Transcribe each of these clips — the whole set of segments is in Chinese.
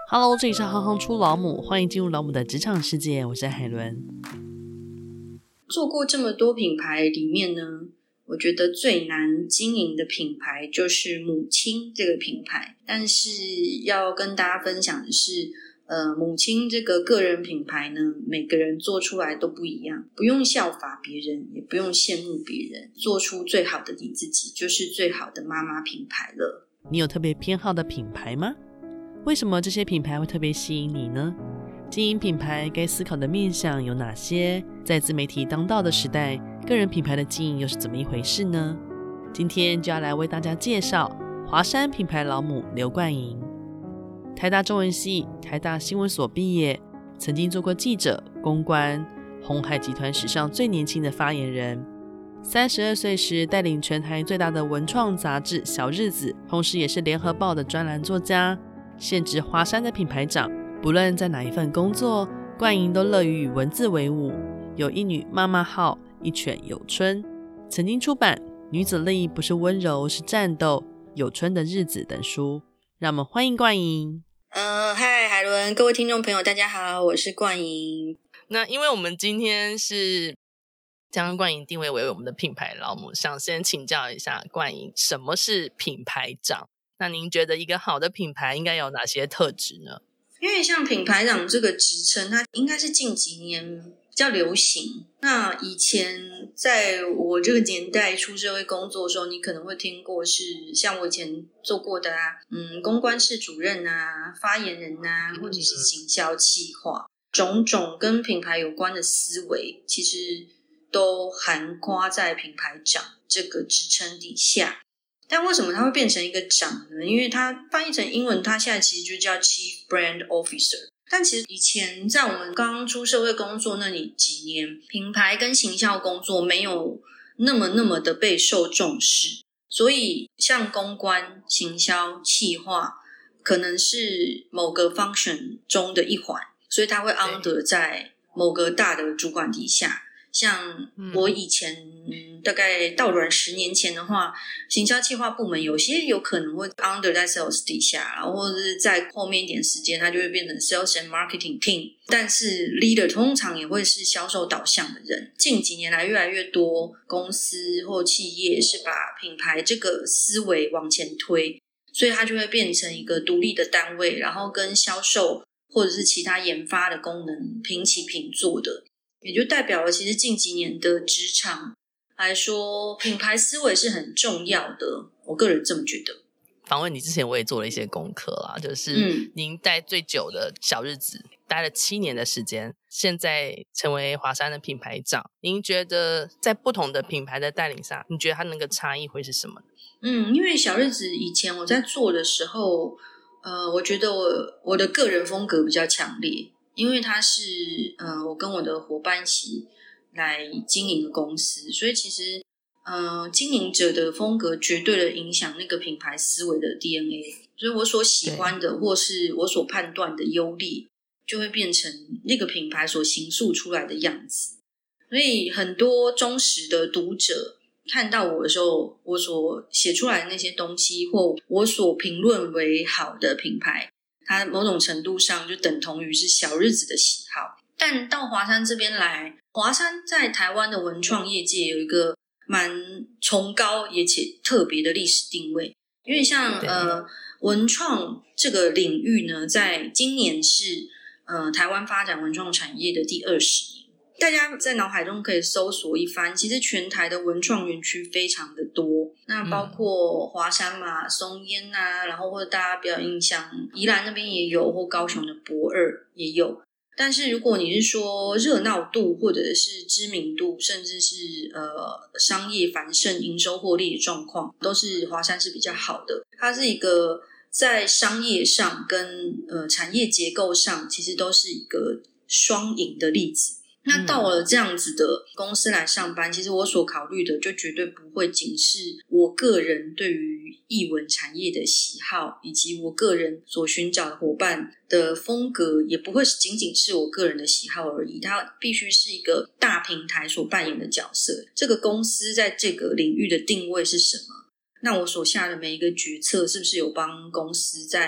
Hello， 这里是行行出老母，欢迎进入老母的职场世界，我是海伦。 做过这么多品牌里面呢，我觉得最难经营的品牌就是母亲这个品牌。但是要跟大家分享的是，母亲这个个人品牌呢，每个人做出来都不一样，不用效法别人，也不用羡慕别人，做出最好的你自己，就是最好的妈妈品牌了。 你有特别偏好的品牌吗？为什么这些品牌会特别吸引你呢？经营品牌该思考的面向有哪些？在自媒体当道的时代，个人品牌的经营又是怎么一回事呢？今天就要来为大家介绍华山品牌老母刘冠莹。台大中文系、台大新闻所毕业，曾经做过记者、公关，鸿海集团史上最年轻的发言人。32岁时带领全台最大的文创杂志《小日子》，同时也是联合报的专栏作家，现职华山的品牌长。不论在哪一份工作，冠莹都乐于与文字为伍，有一女妈妈号、一犬有春，曾经出版《女子力不是温柔是战斗》、有春的日子等书。让我们欢迎冠莹。 嗨，海伦，各位听众朋友大家好，我是冠莹。 那因为我们今天是将冠莹定位为我们的品牌老母，想先请教一下冠莹，什么是品牌长？那您觉得一个好的品牌应该有哪些特质呢？ 因为像品牌长这个职称，它应该是近几年比较流行。那以前在我这个年代出社会工作的时候，你可能会听过是像我以前做过的公关室主任啊、发言人啊，或者是行销企划，种种跟品牌有关的思维，其实都涵括在品牌长这个职称底下。但为什么它会变成一个长呢？因为它翻译成英文，它现在其实就叫 Chief Brand Officer。但其实以前在我们刚出社会工作那几年，品牌跟行销工作没有那么的被受重视，所以像公关、行销、企划可能是某个 function 中的一环，所以它会 under 在某个大的主管底下。像我以前大概到软10年前的话，行销企划部门有些有可能会 under 在 sales 底下，然后或者是在后面一点时间它就会变成 sales and marketing team， 但是 leader 通常也会是销售导向的人。近几年来越来越多公司或企业是把品牌这个思维往前推，所以它就会变成一个独立的单位，然后跟销售或者是其他研发的功能平起平坐的，也就代表了其实近几年的职场来说，品牌思维是很重要的，我个人这么觉得。 访问你之前我也做了一些功课啦，就是您待最久的小日子待了7年的时间，现在成为华山的品牌长，您觉得在不同的品牌的带领下，你觉得它那个差异会是什么？ 因为小日子以前我在做的时候，我觉得我的个人风格比较强烈，因为它是我跟我的伙伴一起来经营的公司，所以其实经营者的风格绝对的影响那个品牌思维的 DNA， 所以我所喜欢的或是我所判断的优劣，就会变成那个品牌所形塑出来的样子。所以很多忠实的读者看到我的时候，我所写出来的那些东西，或我所评论为好的品牌，它某种程度上就等同于是小日子的喜好。但到华山这边来，华山在台湾的文创业界有一个蛮崇高也且特别的历史定位，因为像文创这个领域呢，在今年是台湾发展文创产业的第20年。大家在脑海中可以搜索一番，其实全台的文创园区非常的多，那包括华山嘛、松烟啊，然后或者大家比较印象宜兰那边也有，或高雄的駁二也有。但是如果你是说热闹度或者是知名度，甚至是商业繁盛、营收获利的状况，都是华山是比较好的。它是一个在商业上跟产业结构上其实都是一个双赢的例子。那到了这样子的公司来上班，其实我所考虑的就绝对不会仅是我个人对于艺文产业的喜好，以及我个人所寻找的伙伴的风格，也不会仅仅是我个人的喜好而已，它必须是一个大平台所扮演的角色。这个公司在这个领域的定位是什么？那我所下的每一个决策是不是有帮公司在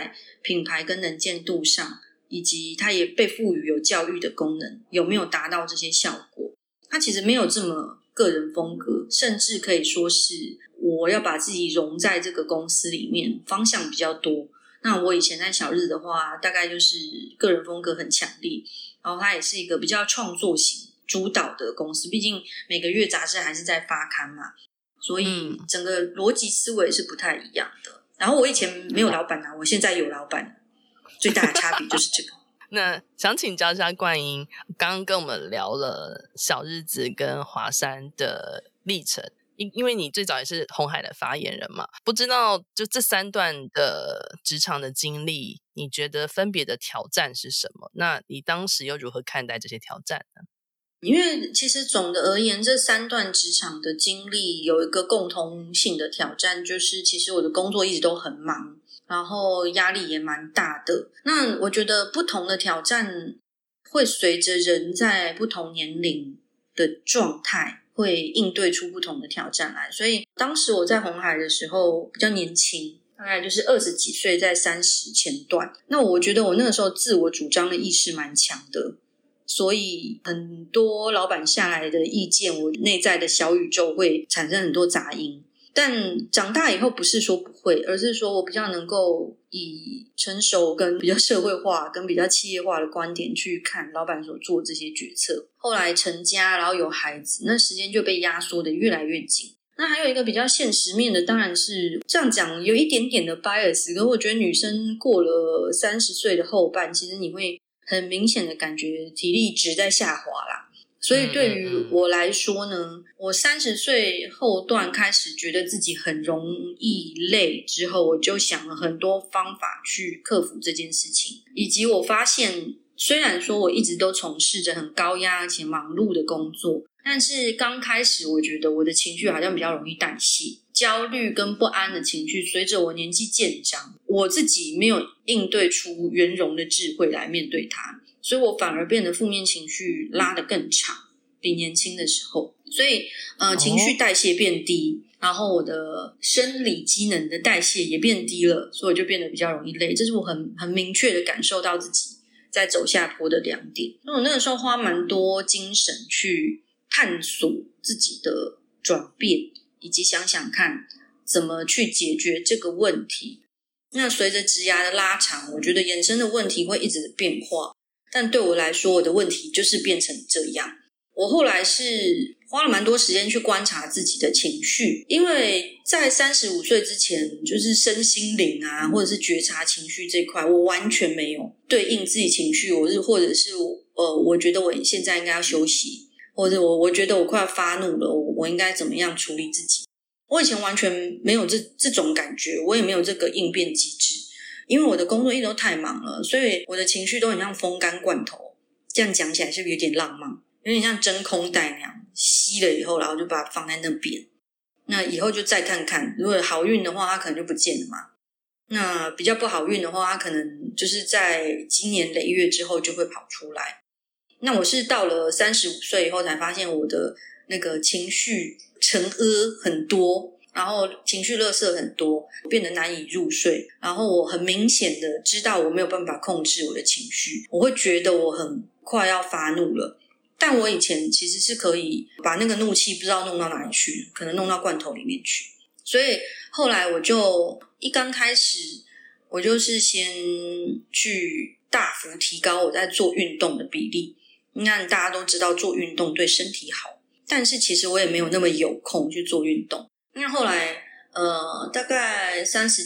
品牌跟能见度上，以及它也被赋予有教育的功能，有没有达到这些效果。它其实没有这么个人风格，甚至可以说是我要把自己融在这个公司里面，方向比较多。那我以前在小日的话，大概就是个人风格很强烈，然后它也是一个比较创作型主导的公司，毕竟每个月杂志还是在发刊嘛，所以整个逻辑思维是不太一样的。然后我以前没有老板啊，我现在有老板，最大的差别就是这个。 那想请教一下冠英，刚刚跟我们聊了小日子跟华山的历程，因为你最早也是鸿海的发言人嘛，不知道就这3段的职场的经历，你觉得分别的挑战是什么？那你当时又如何看待这些挑战呢？ 因为其实总的而言，这3段职场的经历有一个共同性的挑战，就是其实我的工作一直都很忙，然后压力也蛮大的。那我觉得不同的挑战会随着人在不同年龄的状态会应对出不同的挑战来。所以当时我在鸿海的时候比较年轻，大概就是20几岁，在30前段。那我觉得我那个时候自我主张的意识蛮强的，所以很多老板下来的意见，我内在的小宇宙会产生很多杂音。但长大以后不是说不会，而是说我比较能够以成熟跟比较社会化跟比较企业化的观点去看老板所做这些决策。后来成家，然后有孩子，那时间就被压缩的越来越紧。那还有一个比较现实面的，当然是这样讲有一点点的 bias， 可是我觉得女生过了30岁的后半，其实你会很明显的感觉体力值在下滑啦。所以对于我来说呢，我30岁后段开始觉得自己很容易累之后，我就想了很多方法去克服这件事情。以及我发现，虽然说我一直都从事着很高压而且忙碌的工作，但是刚开始我觉得我的情绪好像比较容易代谢，焦虑跟不安的情绪随着我年纪渐长，我自己没有应对出圆融的智慧来面对它，所以我反而变得负面情绪拉得更长，比年轻的时候。所以情绪代谢变低，然后我的生理机能的代谢也变低了，所以我就变得比较容易累。这是我很明确的感受到自己在走下坡的2点。那我那个时候花蛮多精神去探索自己的转变，以及想想看怎么去解决这个问题。那随着职涯的拉长，我觉得衍生的问题会一直变化，但对我来说，我的问题就是变成这样。我后来是花了蛮多时间去观察自己的情绪，因为在35岁之前，就是身心灵啊，或者是觉察情绪这块，我完全没有对应自己情绪，或者是我觉得我现在应该要休息，或者我觉得我快要发怒了，我应该怎么样处理自己。我以前完全没有这种感觉，我也没有这个应变机制，因为我的工作一直都太忙了，所以我的情绪都很像风干罐头。这样讲起来是不是有点浪漫？有点像真空袋那样，吸了以后然后就把它放在那边，那以后就再看看，如果好运的话它可能就不见了嘛，那比较不好运的话它可能就是在经年累月之后就会跑出来。那我是到了35岁以后才发现我的那个情绪沉很多，然后情绪垃圾很多，变得难以入睡，然后我很明显的知道我没有办法控制我的情绪，我会觉得我很快要发怒了，但我以前其实是可以把那个怒气不知道弄到哪里去，可能弄到罐头里面去。所以后来我就刚开始我就是先去大幅提高我在做运动的比例。那大家都知道做运动对身体好，但是其实我也没有那么有空去做运动。那后来大概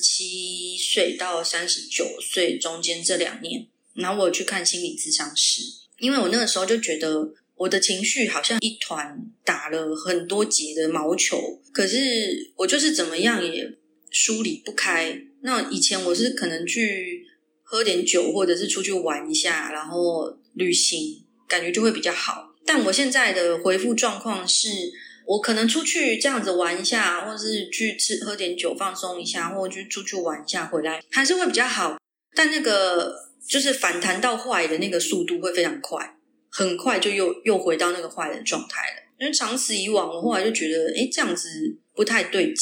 37岁到39岁中间这2年，然后我有去看心理咨商师，因为我那个时候就觉得我的情绪好像一团打了很多结的毛球，可是我就是怎么样也梳理不开。那以前我是可能去喝点酒，或者是出去玩一下，然后旅行，感觉就会比较好。但我现在的回复状况是，我可能出去这样子玩一下，或是去喝点酒放松一下，或者去出去玩一下回来还是会比较好，但那个就是反弹到坏的那个速度会非常快，很快就又回到那个坏的状态了。因为长此以往，我后来就觉得这样子不太对劲，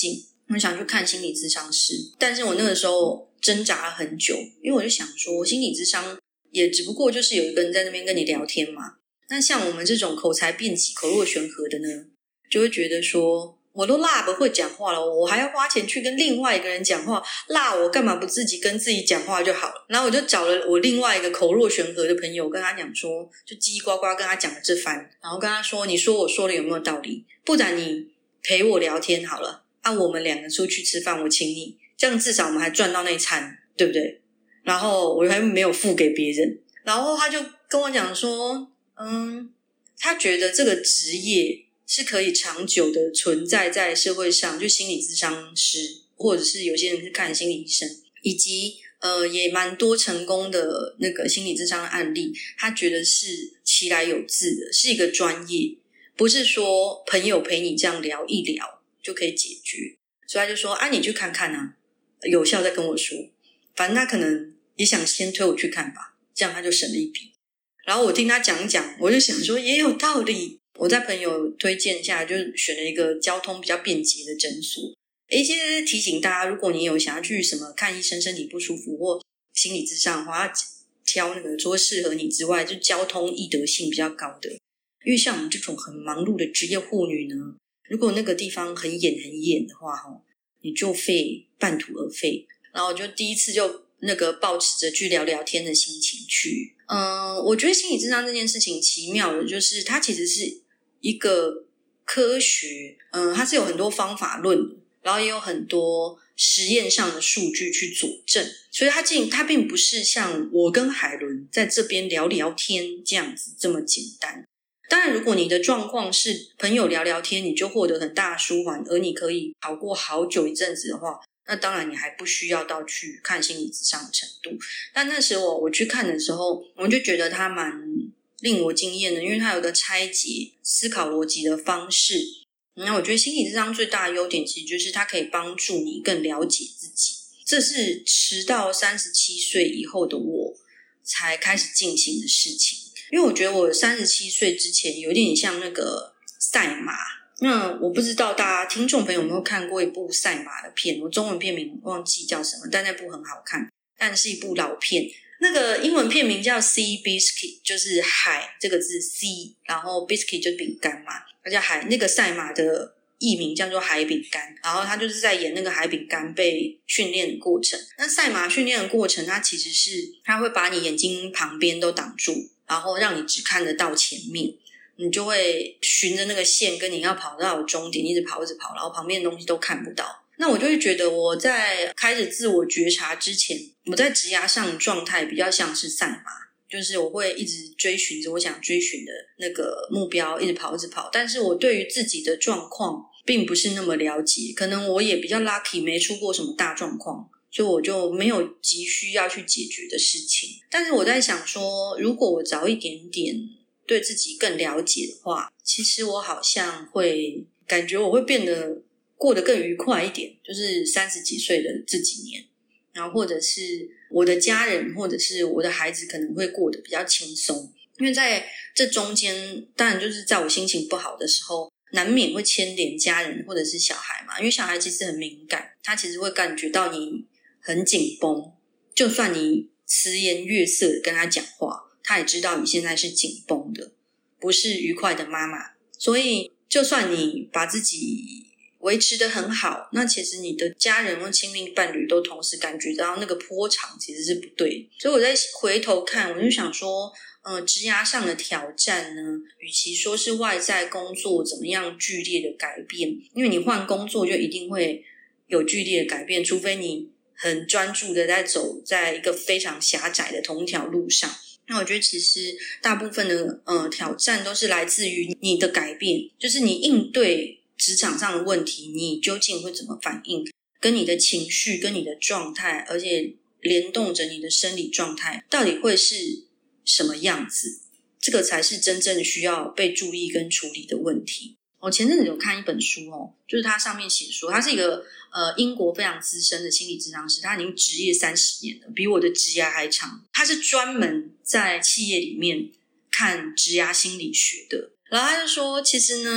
我想去看心理咨商师，但是我那个时候挣扎了很久，因为我就想说心理咨商也只不过就是有一个人在那边跟你聊天嘛，那像我们这种口才辩奇口若悬河的呢，就会觉得说我都不会讲话了，我还要花钱去跟另外一个人讲话，我干嘛不自己跟自己讲话就好了。然后我就找了我另外一个口若悬河的朋友，跟他讲说，就叽叽呱呱跟他讲了这番，然后跟他说，你说我说的有没有道理？不然你陪我聊天好了，我们两个出去吃饭，我请你，这样至少我们还赚到那一餐，对不对？然后我还没有付给别人。然后他就跟我讲说，他觉得这个职业是可以长久的存在在社会上，就心理咨商师，或者是有些人是看心理医生，以及也蛮多成功的那个心理咨商的案例，他觉得是其来有自的，是一个专业，不是说朋友陪你这样聊一聊就可以解决。所以他就说你去看看啊，有效再跟我说。反正他可能也想先推我去看吧，这样他就省了一笔。然后我听他讲一讲，我就想说也有道理。我在朋友推荐下就选了一个交通比较便捷的诊所。其实提醒大家，如果你有想要去什么看医生身体不舒服或心理咨商的话，要挑那个除了适合你之外就交通易得性比较高的。因为像我们这种很忙碌的职业妇女呢，如果那个地方很远的话，你就费半途而废。然后我就第一次就那个抱持着去聊聊天的心情去。我觉得心理咨商这件事情奇妙的就是它其实是一个科学，它是有很多方法论的，然后也有很多实验上的数据去佐证，所以它并不是像我跟海伦在这边聊聊天这样子这么简单。当然如果你的状况是朋友聊聊天你就获得很大的舒缓，而你可以好过好久一阵子的话，那当然你还不需要到去看心理咨商的程度。但那时候我去看的时候，我就觉得它蛮令我惊艳的，因为它有一个拆解思考逻辑的方式。那我觉得心理咨商最大的优点其实就是它可以帮助你更了解自己，这是迟到37岁以后的我才开始进行的事情。因为我觉得我37岁之前有点像那个赛马，那我不知道大家听众朋友有没有看过一部赛马的片，我中文片名忘记叫什么，但那部很好看，但是一部老片。那个英文片名叫 Sea Biscuit， 就是海这个字 Sea， 然后 Biscuit 就是饼干嘛，它叫海。那个赛马的艺名叫做海饼干，然后他就是在演那个海饼干被训练的过程。那赛马训练的过程，它其实是它会把你眼睛旁边都挡住，然后让你只看得到前面，你就会循着那个线跟你要跑到终点一直跑，然后旁边的东西都看不到。那我就会觉得我在开始自我觉察之前，我在职涯上的状态比较像是赛马，就是我会一直追寻着我想追寻的那个目标，一直跑，但是我对于自己的状况并不是那么了解，可能我也比较 lucky 没出过什么大状况，所以我就没有急需要去解决的事情。但是我在想说，如果我早一点点对自己更了解的话，其实我好像会感觉我会变得过得更愉快一点，就是30几岁的这几年，然后或者是我的家人或者是我的孩子可能会过得比较轻松。因为在这中间，当然就是在我心情不好的时候，难免会牵连家人或者是小孩嘛，因为小孩其实很敏感，他其实会感觉到你很紧绷，就算你慈颜悦色地跟他讲话，他也知道你现在是紧绷的，不是愉快的妈妈。所以就算你把自己维持得很好，那其实你的家人或亲密伴侣都同时感觉到那个波长其实是不对。所以我在回头看，我就想说职涯上的挑战呢，与其说是外在工作怎么样剧烈的改变，因为你换工作就一定会有剧烈的改变，除非你很专注的在走在一个非常狭窄的同一条路上。那我觉得其实大部分的挑战都是来自于你的改变，就是你应对职场上的问题，你究竟会怎么反应，跟你的情绪跟你的状态，而且联动着你的生理状态到底会是什么样子，这个才是真正需要被注意跟处理的问题。我前阵子有看一本书就是他上面写说，他是一个英国非常资深的心理咨商师，他已经职业30年了，比我的职涯还长。他是专门在企业里面看职涯心理学的。然后他就说，其实呢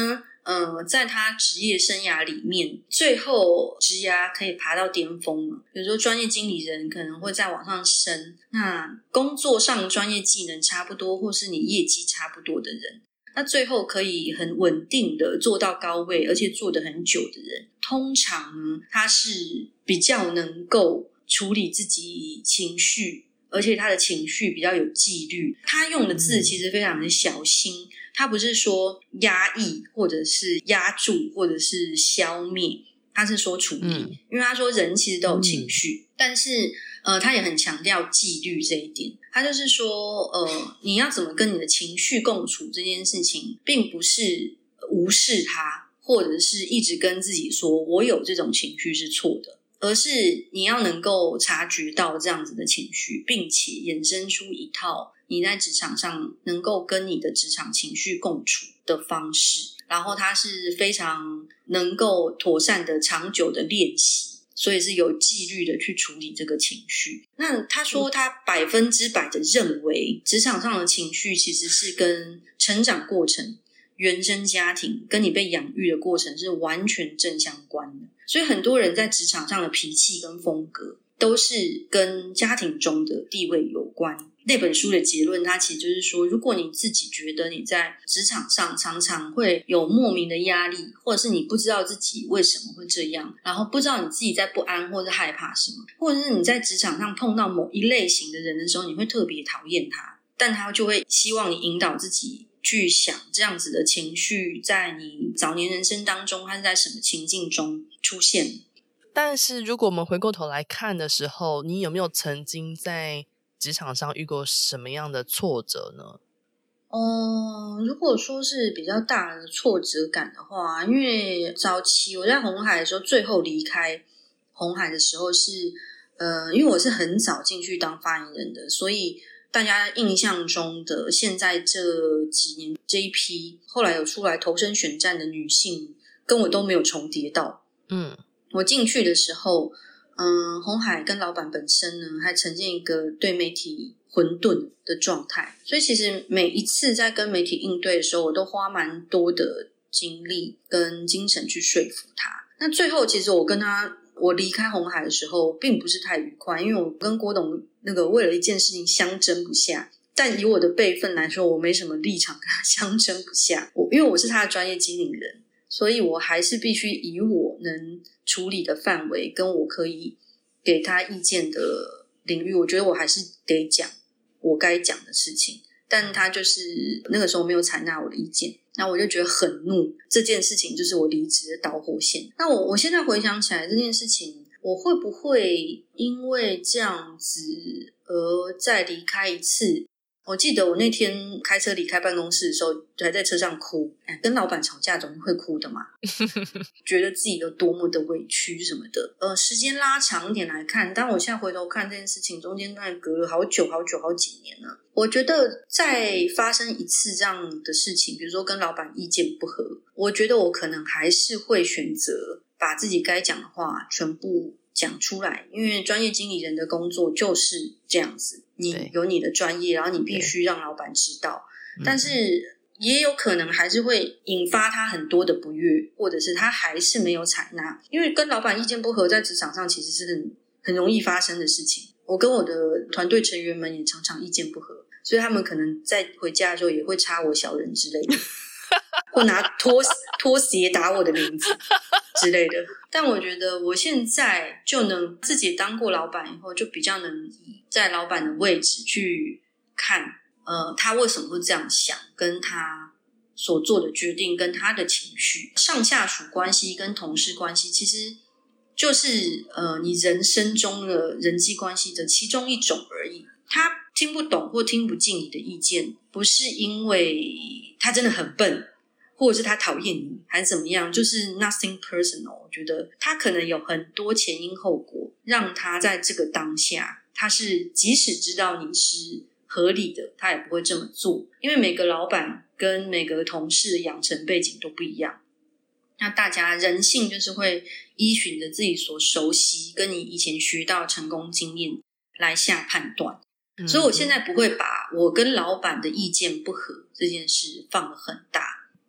在他职业生涯里面，最后职涯可以爬到巅峰了。比如说专业经理人可能会再往上升，那工作上专业技能差不多，或是你业绩差不多的人，那最后可以很稳定的做到高位，而且做得很久的人，通常呢，他是比较能够处理自己情绪，而且他的情绪比较有纪律。他用的字其实非常的小心，他不是说压抑或者是压住或者是消灭，他是说处理。因为他说人其实都有情绪，但是他也很强调纪律这一点。他就是说你要怎么跟你的情绪共处这件事情，并不是无视它，或者是一直跟自己说我有这种情绪是错的，而是你要能够察觉到这样子的情绪，并且衍生出一套你在职场上能够跟你的职场情绪共处的方式，然后它是非常能够妥善的长久的练习，所以是有纪律的去处理这个情绪。那他说他100%的认为职场上的情绪其实是跟成长过程、原生家庭跟你被养育的过程是完全正相关的，所以很多人在职场上的脾气跟风格都是跟家庭中的地位有关。那本书的结论它其实就是说，如果你自己觉得你在职场上常常会有莫名的压力，或者是你不知道自己为什么会这样，然后不知道你自己在不安或者害怕什么，或者是你在职场上碰到某一类型的人的时候，你会特别讨厌他，但他就会希望你引导自己去想这样子的情绪在你早年人生当中它是在什么情境中出现。 但是如果我们回过头来看的时候，你有没有曾经在职场上遇过什么样的挫折呢？ 如果说是比较大的挫折感的话，因为早期我在鸿海的时候，最后离开鸿海的时候是因为我是很早进去当发言人的，所以大家印象中的现在这几年这一批后来有出来投身选战的女性跟我都没有重叠到。我进去的时候鸿海跟老板本身呢还呈现一个对媒体混沌的状态，所以其实每一次在跟媒体应对的时候，我都花蛮多的精力跟精神去说服他。那最后其实我离开鸿海的时候并不是太愉快，因为我跟郭董为了一件事情相争不下，但以我的辈分来说，我没什么立场跟他相争不下。因为我是他的专业经理人，所以我还是必须以我能处理的范围跟我可以给他意见的领域，我觉得我还是得讲我该讲的事情。但他就是那个时候没有采纳我的意见，那我就觉得很怒，这件事情就是我离职的导火线。那我现在回想起来这件事情，我会不会因为这样子而再离开一次？我记得我那天开车离开办公室的时候还在车上哭，跟老板吵架总会哭的嘛觉得自己有多么的委屈什么的。时间拉长一点来看，当我现在回头看这件事情，中间大概隔了好久好几年了。我觉得再发生一次这样的事情，比如说跟老板意见不合，我觉得我可能还是会选择把自己该讲的话全部讲出来，因为专业经理人的工作就是这样子，你有你的专业，然后你必须让老板知道，但是也有可能还是会引发他很多的不悦，或者是他还是没有采纳。因为跟老板意见不合在职场上其实是很容易发生的事情，我跟我的团队成员们也常常意见不合，所以他们可能在回家的时候也会插我小人之类的或拿拖鞋打我的名字之类的。但我觉得我现在就能自己当过老板以后，就比较能以在老板的位置去看他为什么会这样想，跟他所做的决定跟他的情绪。上下属关系跟同事关系其实就是你人生中的人际关系的其中一种而已。他听不懂或听不进你的意见，不是因为他真的很笨，或者是他讨厌你还是怎么样，就是 nothing personal。 我觉得他可能有很多前因后果让他在这个当下，他是即使知道你是合理的，他也不会这么做。因为每个老板跟每个同事的养成背景都不一样，那大家人性就是会依循着自己所熟悉跟你以前学到成功经验来下判断。所以我现在不会把我跟老板的意见不合这件事放得很大。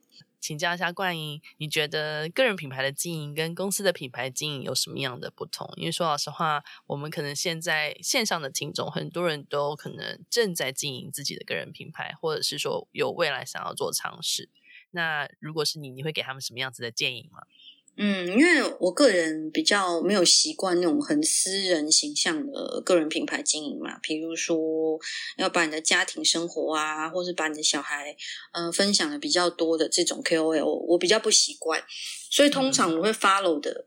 请教一下冠莹，你觉得个人品牌的经营跟公司的品牌经营有什么样的不同？因为说老实话，我们可能现在线上的听众很多人都可能正在经营自己的个人品牌，或者是说有未来想要做尝试。那如果是你会给他们什么样子的建议吗？ 因为我个人比较没有习惯那种很私人形象的个人品牌经营嘛，比如说要把你的家庭生活啊，或是把你的小孩分享的比较多的这种 KOL， 我比较不习惯，所以通常我会 follow 的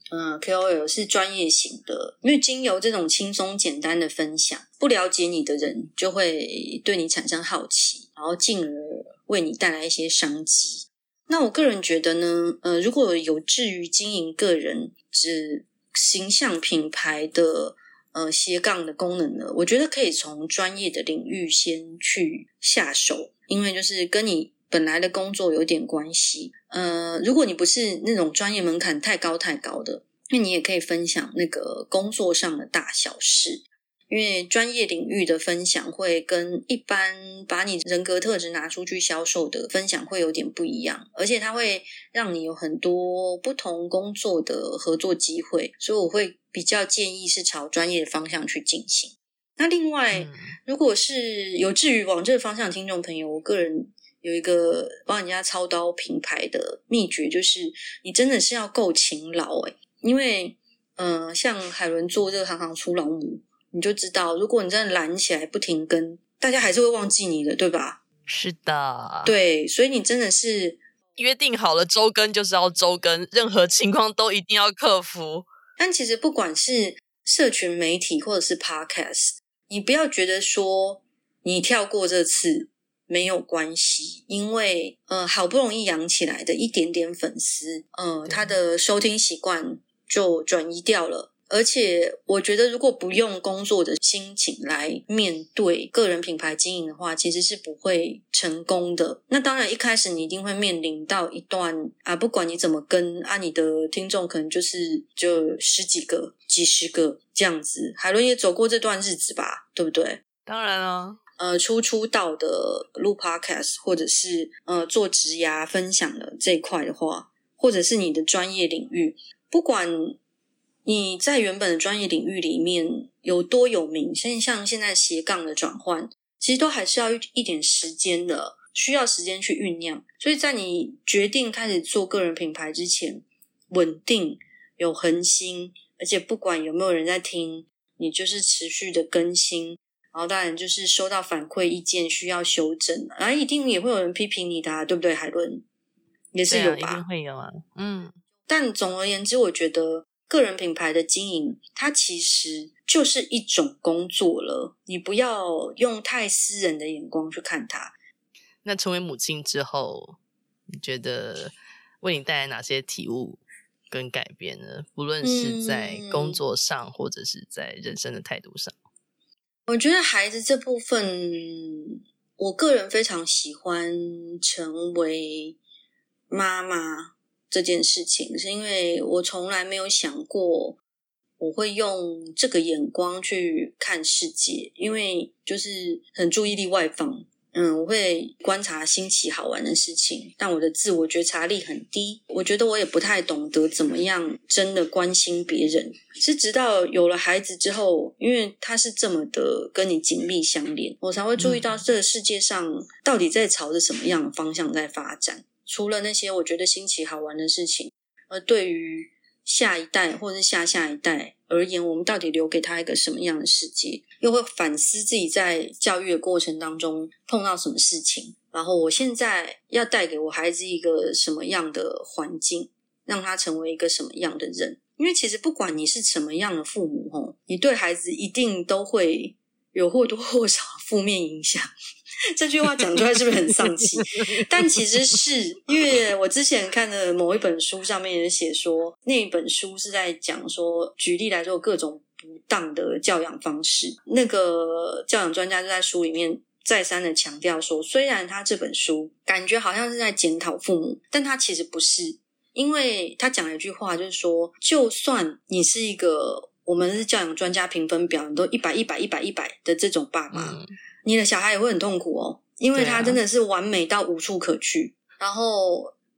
KOL 是专业型的，因为经由这种轻松简单的分享，不了解你的人就会对你产生好奇，然后进而为你带来一些商机。那我个人觉得呢，如果有志于经营个人指形象品牌的斜杠的功能呢，我觉得可以从专业的领域先去下手，因为就是跟你本来的工作有点关系。如果你不是那种专业门槛太高的，那你也可以分享那个工作上的大小事。因为专业领域的分享会跟一般把你人格特质拿出去销售的分享会有点不一样，而且它会让你有很多不同工作的合作机会，所以我会比较建议是朝专业的方向去进行。那另外如果是有志于往这个方向的听众朋友，我个人有一个帮人家操刀品牌的秘诀，就是你真的是要够勤劳因为像海伦做这个行行出老母，你就知道如果你真的懒起来不停更，大家还是会忘记你的，对吧？ 是的， 对，所以你真的是约定好了周更就是要周更，任何情况都一定要克服。 但其实不管是社群媒体或者是 podcast， 你不要觉得说你跳过这次没有关系，因为好不容易养起来的一点点粉丝，他的收听习惯就转移掉了。而且我觉得如果不用工作的心情来面对个人品牌经营的话，其实是不会成功的。那当然一开始你一定会面临到一段不管你怎么跟你的听众可能就十几个几十个这样子。海伦也走过这段日子吧，对不对？ 当然啊， 出道的录 podcast 或者是做职涯分享的这一块的话，或者是你的专业领域，不管你在原本的专业领域里面有多有名，像现在斜杠的转换，其实都还是要一点时间的，需要时间去酝酿。所以在你决定开始做个人品牌之前，稳定有恒心，而且不管有没有人在听，你就是持续的更新，然后当然就是收到反馈意见需要修正，然后一定也会有人批评你的对不对海伦？也是有吧？ 一定会有啊。 但总而言之，我觉得个人品牌的经营它其实就是一种工作了，你不要用太私人的眼光去看它。 那成为母亲之后，你觉得为你带来哪些体悟跟改变呢？不论是在工作上或者是在人生的态度上。 我觉得孩子这部分我个人非常喜欢成为妈妈这件事情，是因为我从来没有想过我会用这个眼光去看世界，因为就是很注意力外放，我会观察新奇好玩的事情，但我的自我觉察力很低，我觉得我也不太懂得怎么样真的关心别人，是直到有了孩子之后，因为他是这么的跟你紧密相连，我才会注意到这个世界上到底在朝着什么样的方向在发展。除了那些我觉得新奇好玩的事情，而对于下一代或者是下下一代而言，我们到底留给他一个什么样的世界，又会反思自己在教育的过程当中碰到什么事情，然后我现在要带给我孩子一个什么样的环境，让他成为一个什么样的人。因为其实不管你是什么样的父母，你对孩子一定都会有或多或少负面影响。这句话讲出来是不是很丧气？但其实是因为我之前看的某一本书上面也写说，那一本书是在讲说，举例来说各种不当的教养方式，那个教养专家就在书里面再三的强调说，虽然他这本书感觉好像是在检讨父母，但他其实不是，因为他讲了一句话，就是说就算你是一个我们是教养专家评分表，你都100的这种爸妈，你的小孩也会很痛苦因为他真的是完美到无处可去，然后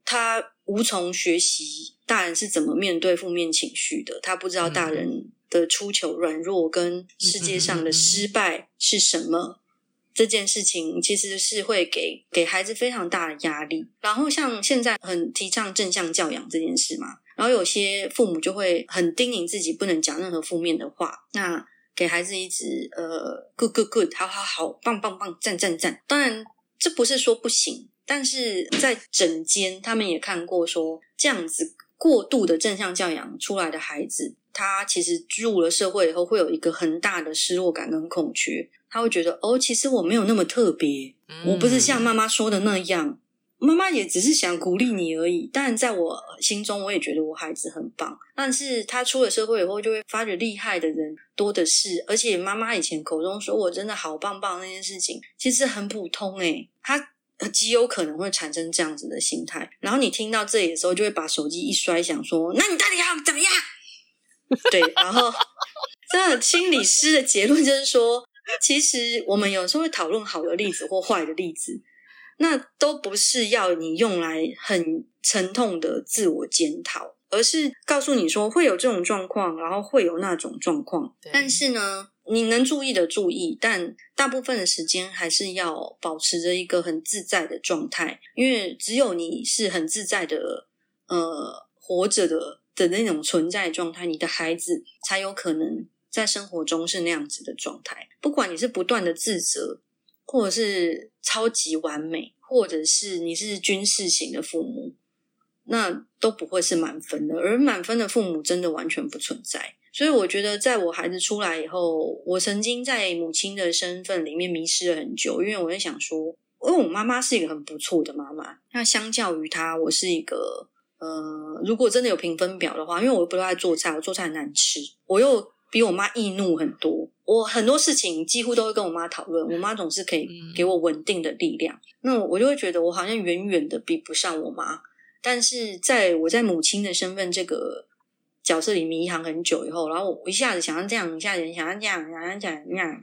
他无从学习大人是怎么面对负面情绪的，他不知道大人的出糗软弱跟世界上的失败是什么，这件事情其实是会给孩子非常大的压力。然后像现在很提倡正向教养这件事嘛，然后有些父母就会很叮咛自己不能讲任何负面的话，那给孩子一直good good good 好好好棒棒棒赞赞赞。当然这不是说不行，但是在诊间他们也看过说，这样子过度的正向教养出来的孩子，他其实入了社会以后会有一个很大的失落感跟空缺，他会觉得其实我没有那么特别，我不是像妈妈说的那样，妈妈也只是想鼓励你而已。当然在我心中我也觉得我孩子很棒，但是他出了社会以后就会发觉厉害的人多的是，而且妈妈以前口中说我真的好棒棒那件事情其实很普通他极有可能会产生这样子的心态。然后你听到这里的时候就会把手机一摔，想说那你到底要怎么样对，然后这心理师的结论就是说，其实我们有时候会讨论好的例子或坏的例子，那都不是要你用来很沉痛的自我检讨，而是告诉你说会有这种状况，然后会有那种状况，但是呢你能注意的注意，但大部分的时间还是要保持着一个很自在的状态，因为只有你是很自在的活着的那种存在状态，你的孩子才有可能在生活中是那样子的状态。不管你是不断的自责，或者是超级完美，或者是你是军事型的父母，那都不会是满分的，而满分的父母真的完全不存在。所以我觉得在我孩子出来以后，我曾经在母亲的身份里面迷失了很久，因为我在想说，因为我妈妈是一个很不错的妈妈，那相较于她，我是一个如果真的有评分表的话，因为我不爱做菜，我做菜很难吃，我又比我妈易怒很多，我很多事情几乎都会跟我妈讨论，我妈总是可以给我稳定的力量，那我就会觉得我好像远远的比不上我妈。但是在我在母亲的身份这个角色里迷航很久以后，然后我一下子想要这样，一下子想要这样，想要这样，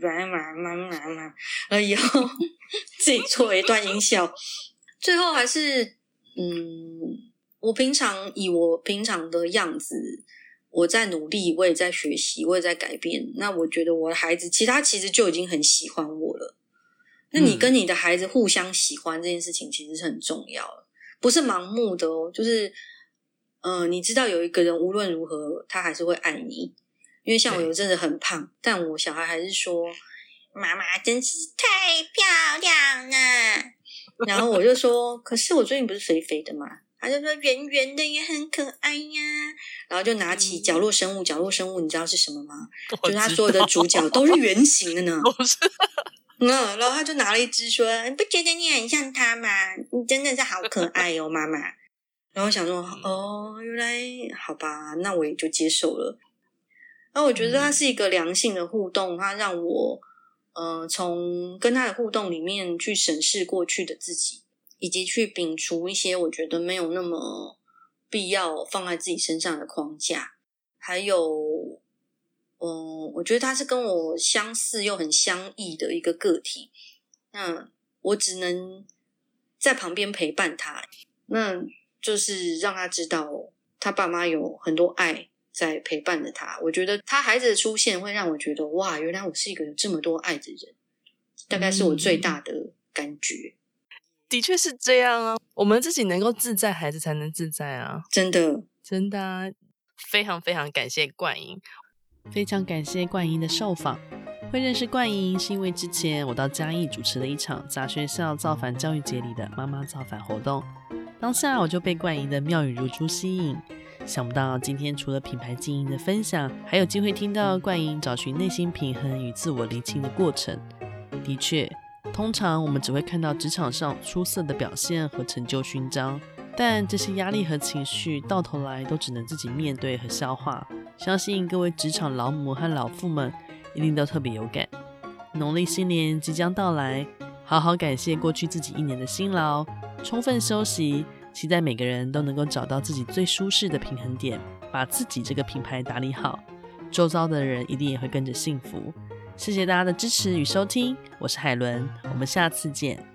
了以后自己做了一段音效，最后还是我平常以我平常的样子，我在努力，我也在学习，我也在改变。那我觉得我的孩子，他其实就已经很喜欢我了。那你跟你的孩子互相喜欢这件事情，其实是很重要的，不是盲目的就是你知道有一个人无论如何他还是会爱你。因为像我有阵子很胖，但我小孩还是说妈妈真是太漂亮了。然后我就说可是我最近不是肥肥的吗？他就说圆圆的也很可爱呀，然后就拿起角落生物，角落生物你知道是什么吗？就是他所有的主角都是圆形的呢。然后他就拿了一只说你不觉得你很像他吗？你真的是好可爱哦妈妈。然后想说原来好吧，那我也就接受了。然后我觉得它是一个良性的互动，它让我从跟他的互动里面去审视过去的自己，以及去摒除一些我觉得没有那么必要放在自己身上的框架。还有我觉得他是跟我相似又很相异的一个个体，那我只能在旁边陪伴他，那就是让他知道他爸妈有很多爱在陪伴着他。我觉得他孩子的出现会让我觉得哇，原来我是一个有这么多爱的人，大概是我最大的感觉。 的确是这样啊，我们自己能够自在，孩子才能自在啊， 真的真的啊。非常非常感谢冠莹， 非常感谢冠莹的受访。会认识冠莹是因为之前我到嘉义主持了一场杂学校造反教育节里的妈妈造反活动，当下我就被冠莹的妙语如珠吸引。想不到今天除了品牌经营的分享，还有机会听到冠莹找寻内心平衡与自我厘清的过程。的确，通常我们只会看到职场上出色的表现和成就勋章，但这些压力和情绪到头来都只能自己面对和消化。相信各位职场老母和老父们一定都特别有感。农历新年即将到来，好好感谢过去自己一年的辛劳，充分休息，期待每个人都能够找到自己最舒适的平衡点，把自己这个品牌打理好，周遭的人一定也会跟着幸福。谢谢大家的支持与收听，我是海伦，我们下次见。